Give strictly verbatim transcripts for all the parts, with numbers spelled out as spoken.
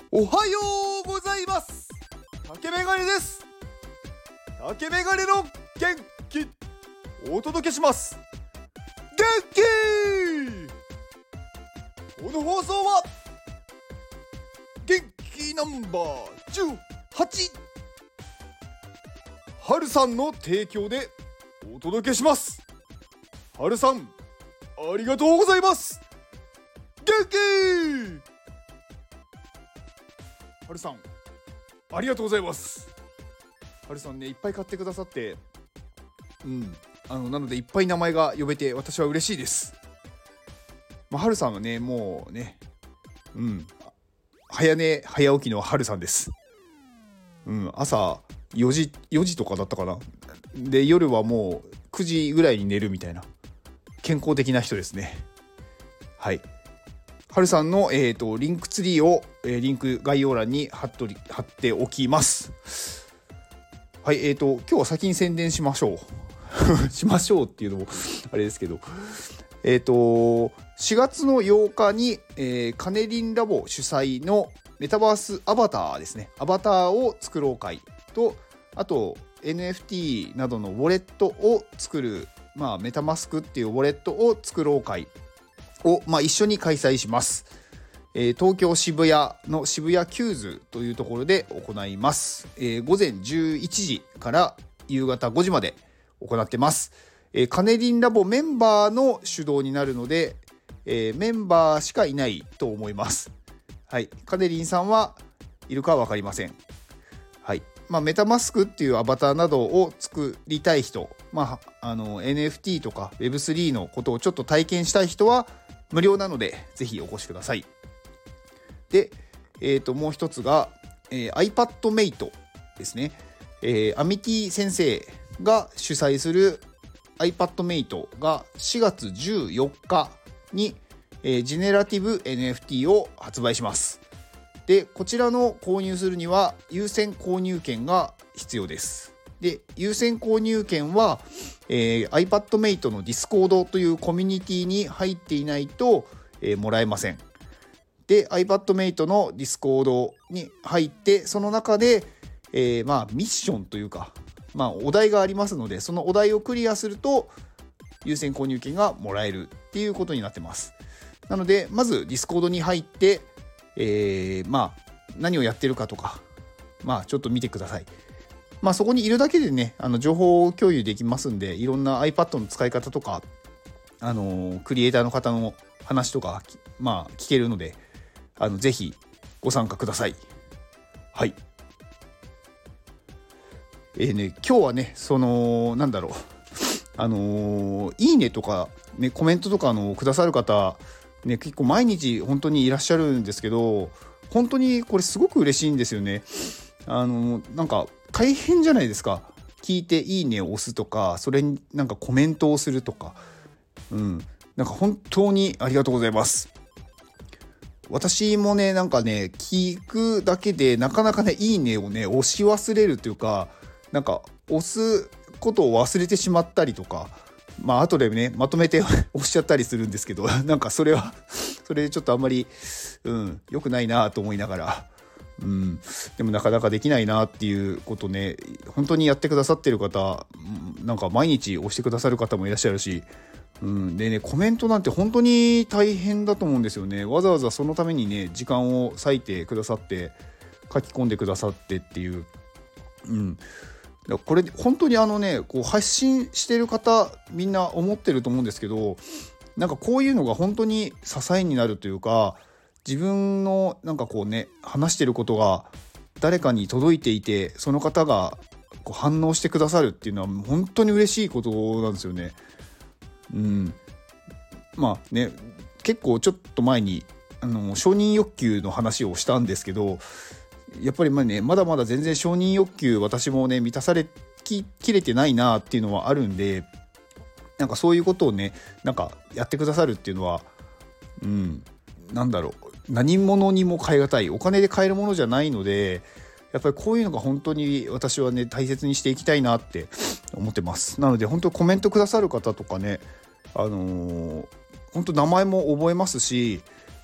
おはようございます。竹メガネです。竹メガネの元気お届けします。元気。この放送は元気ナンバーじゅうはちはるさんの提供でお届けします。はるさんありがとうございます。元気。はるさんありがとうございます。はるさんね、いっぱい買ってくださって、うんあのなのでいっぱい名前が呼べて私は嬉しいです。まあ、はるさんはねもうねうん早寝早起きのはるさんです。うん朝よじよじとかだったかな。で夜はもうくじぐらいに寝るみたいな健康的な人ですね。はい。はるさんの、えーと、リンクツリーを、えー、リンク概要欄に貼っとり貼っておきます。はい、えーと今日は先に宣伝しましょうしましょうっていうのもあれですけど、えーとしがつのようかに、えー、カネリンラボ主催のメタバースアバターですね、アバターを作ろう会と、あと エヌエフティー などのウォレットを作る、まあ、メタマスクっていうウォレットを作ろう会を、まあ、一緒に開催します。えー、東京渋谷の渋谷キューズというところで行います。えー、午前じゅういちじから夕方ごじまで行ってます。えー、カネリンラボメンバーの主導になるので、えー、メンバーしかいないと思います。はい、カネリンさんはいるかは分かりません。はい。まあ、メタマスクっていうアバターなどを作りたい人、まあ、あの エヌエフティー とか ウェブスリー のことをちょっと体験したい人は無料なのでぜひお越しください。で、えー、ともう一つが、えー、iPadMate ですね。えー、アミティ先生が主催する iPadMate がしがつじゅうよっかに、えー、ジェネラティブ エヌエフティー を発売します。でこちらの購入するには優先購入券が必要です。で優先購入券は、えー、iPadMate の Discord というコミュニティに入っていないと、えー、もらえません。で iPadMate の Discord に入ってその中で、えー、まあミッションというか、まあ、お題がありますのでそのお題をクリアすると優先購入券がもらえるっていうことになってます。なのでまず Discord に入ってえー、まあ何をやってるかとかまあちょっと見てください。まあそこにいるだけでねあの情報共有できますんで、いろんな iPad の使い方とかあのー、クリエイターの方の話とかまあ聞けるので、あのぜひご参加ください。はい。えーね今日はねそのなんだろうあのー、いいねとかねコメントとかのくださる方ね、結構毎日本当にいらっしゃるんですけど、本当にこれすごく嬉しいんですよね。あのなんか大変じゃないですか。聞いていいねを押すとか、それになんかコメントをするとか、うんなんか本当にありがとうございます。私もねなんかね聞くだけでなかなかねいいねをね押し忘れるというか、なんか押すことを忘れてしまったりとか、まあ後でねまとめて押しちゃったりするんですけど、なんかそれはそれでちょっとあんまりうん良くないなと思いながら、うんでもなかなかできないなっていうことね、本当にやってくださってる方なんか毎日押してくださる方もいらっしゃるし、うんでねコメントなんて本当に大変だと思うんですよね。わざわざそのためにね時間を割いてくださって書き込んでくださってっていう、うんこれ本当にあのねこう発信してる方みんな思ってると思うんですけど、なんかこういうのが本当に支えになるというか、自分のなんかこうね話してることが誰かに届いていてその方がこう反応してくださるっていうのは本当に嬉しいことなんですよね。うんまあね結構ちょっと前にあの承認欲求の話をしたんですけど、やっぱりまあねまだまだ全然承認欲求私もね満たされききれてないなっていうのはあるんで、なんかそういうことをねなんかやってくださるっていうのはうんなんだろう何物にも代え難い、お金で買えるものじゃないので、やっぱりこういうのが本当に私はね大切にしていきたいなって思ってます。なので本当コメントくださる方とかね、あのー、本当名前も覚えますし、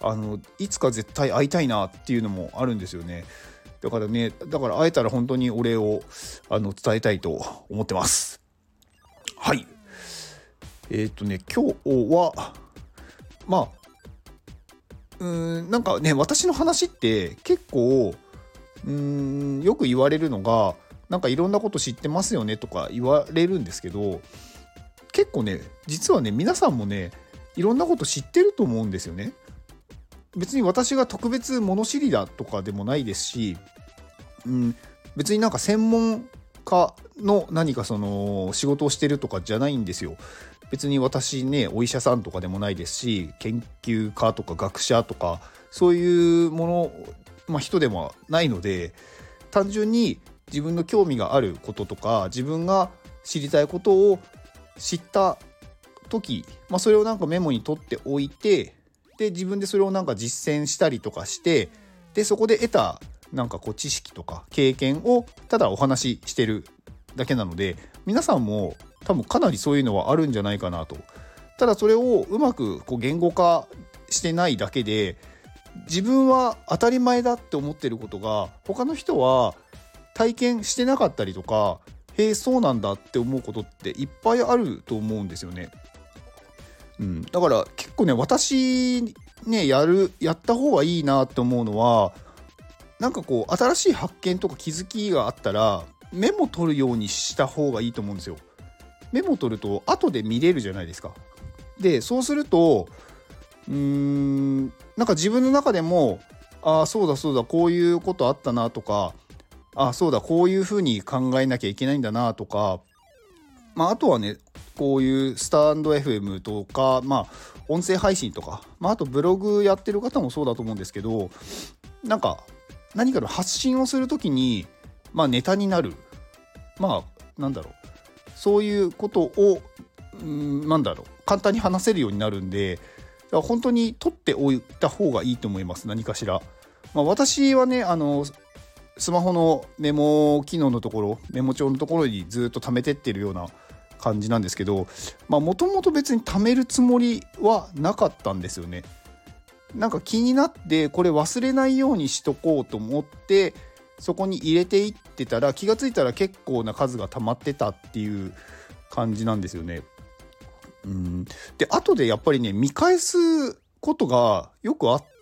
あのいつか絶対会いたいなっていうのもあるんですよね。だからねだから会えたら本当にお礼をあの伝えたいと思ってます。はい。えっとね今日はまあうーんなんかね私の話って結構うーんよく言われるのがなんかいろんなこと知ってますよねとか言われるんですけど、結構ね実はね皆さんもねいろんなこと知ってると思うんですよね。別に私が特別物知りだとかでもないですし、うん、別になんか専門家の何かその仕事をしてるとかじゃないんですよ。別に私ねお医者さんとかでもないですし、研究家とか学者とかそういうもの、まあ、人でもないので、単純に自分の興味があることとか自分が知りたいことを知った時、まあ、それをなんかメモに取っておいて、で自分でそれをなんか実践したりとかして、でそこで得たなんかこう知識とか経験をただお話ししてるだけなので、皆さんも多分かなりそういうのはあるんじゃないかなと。ただそれをうまくこう言語化してないだけで、自分は当たり前だって思ってることが他の人は体験してなかったりとか、へえそうなんだって思うことっていっぱいあると思うんですよね。うん、だから結構ね私ねやるやった方がいいなって思うのは、なんかこう新しい発見とか気づきがあったらメモ取るようにした方がいいと思うんですよ。メモ取ると後で見れるじゃないですか。でそうするとうーんなんか自分の中でもああそうだそうだこういうことあったなとか、ああそうだこういうふうに考えなきゃいけないんだなとか、まあ、あとはねこういうスタンド エフエム とか、まあ、音声配信とか、まあ、あとブログやってる方もそうだと思うんですけど、なんか何かの発信をするときに、まあ、ネタになる、まあなんだろうそういうことをんなんだろう簡単に話せるようになるんで、だから本当に取っておいた方がいいと思います。何かしら、まあ、私はねあのスマホのメモ機能のところメモ帳のところにずっと貯めてってるような感じなんですけど、もともと別に貯めるつもりはなかったんですよね。なんか気になってこれ忘れないようにしとこうと思ってそこに入れていってたら、気がついたら結構な数が溜まってたっていう感じなんですよね。うんで後でやっぱりね見返すことがよくあって、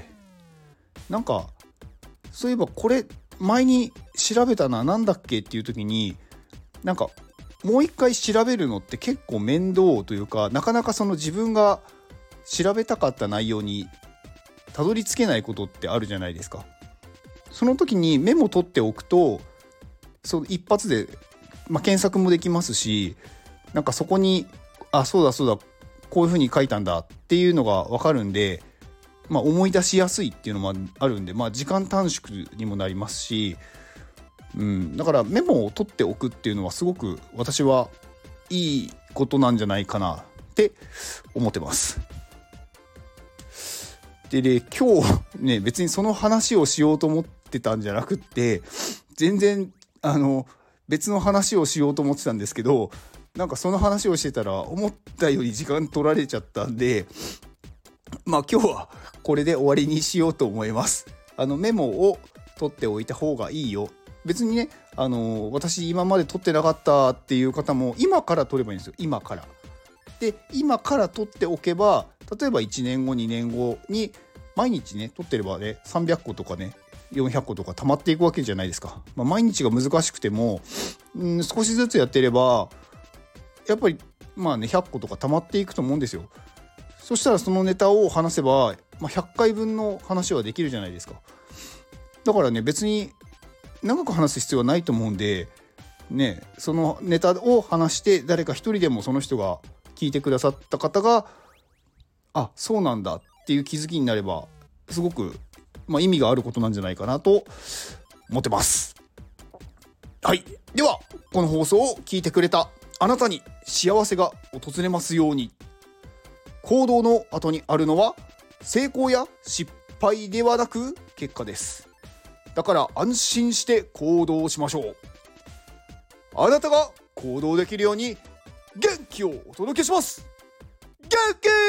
なんかそういえばこれ前に調べたな、なんだっけっていう時になんかもう一回調べるのって結構面倒というか、なかなかその自分が調べたかった内容にたどり着けないことってあるじゃないですか。その時にメモ取っておくとその一発で、まあ、検索もできますし、なんかそこにあそうだそうだこういう風に書いたんだっていうのが分かるんで、まあ、思い出しやすいっていうのもあるんで、まあ、時間短縮にもなりますし、うん、だからメモを取っておくっていうのはすごく私はいいことなんじゃないかなって思ってます。でね今日ね別にその話をしようと思ってたんじゃなくって、全然あの別の話をしようと思ってたんですけど、なんかその話をしてたら思ったより時間取られちゃったんで、まあ今日はこれで終わりにしようと思います。あのメモを取っておいた方がいいよ。別にねあの私今まで取ってなかったっていう方も今から取ればいいんですよ。今からで今から取っておけば、例えばいちねんごにねんごに毎日ね取ってればねさんびゃっことかねよんひゃっことか溜まっていくわけじゃないですか。まあ、毎日が難しくても、うん、少しずつやってればやっぱりまあねひゃっことか溜まっていくと思うんですよ。そしたらそのネタを話せば、まあ、ひゃっかいぶんの話はできるじゃないですか。だからね別に長く話す必要はないと思うんでね、そのネタを話して誰か一人でもその人が聞いてくださった方があそうなんだっていう気づきになればすごく、まあ、意味があることなんじゃないかなと思ってます。はい、ではこの放送を聞いてくれたあなたに幸せが訪れますように。行動の後にあるのは成功や失敗ではなく結果です。だから安心して行動しましょう。あなたが行動できるように元気をお届けします。元気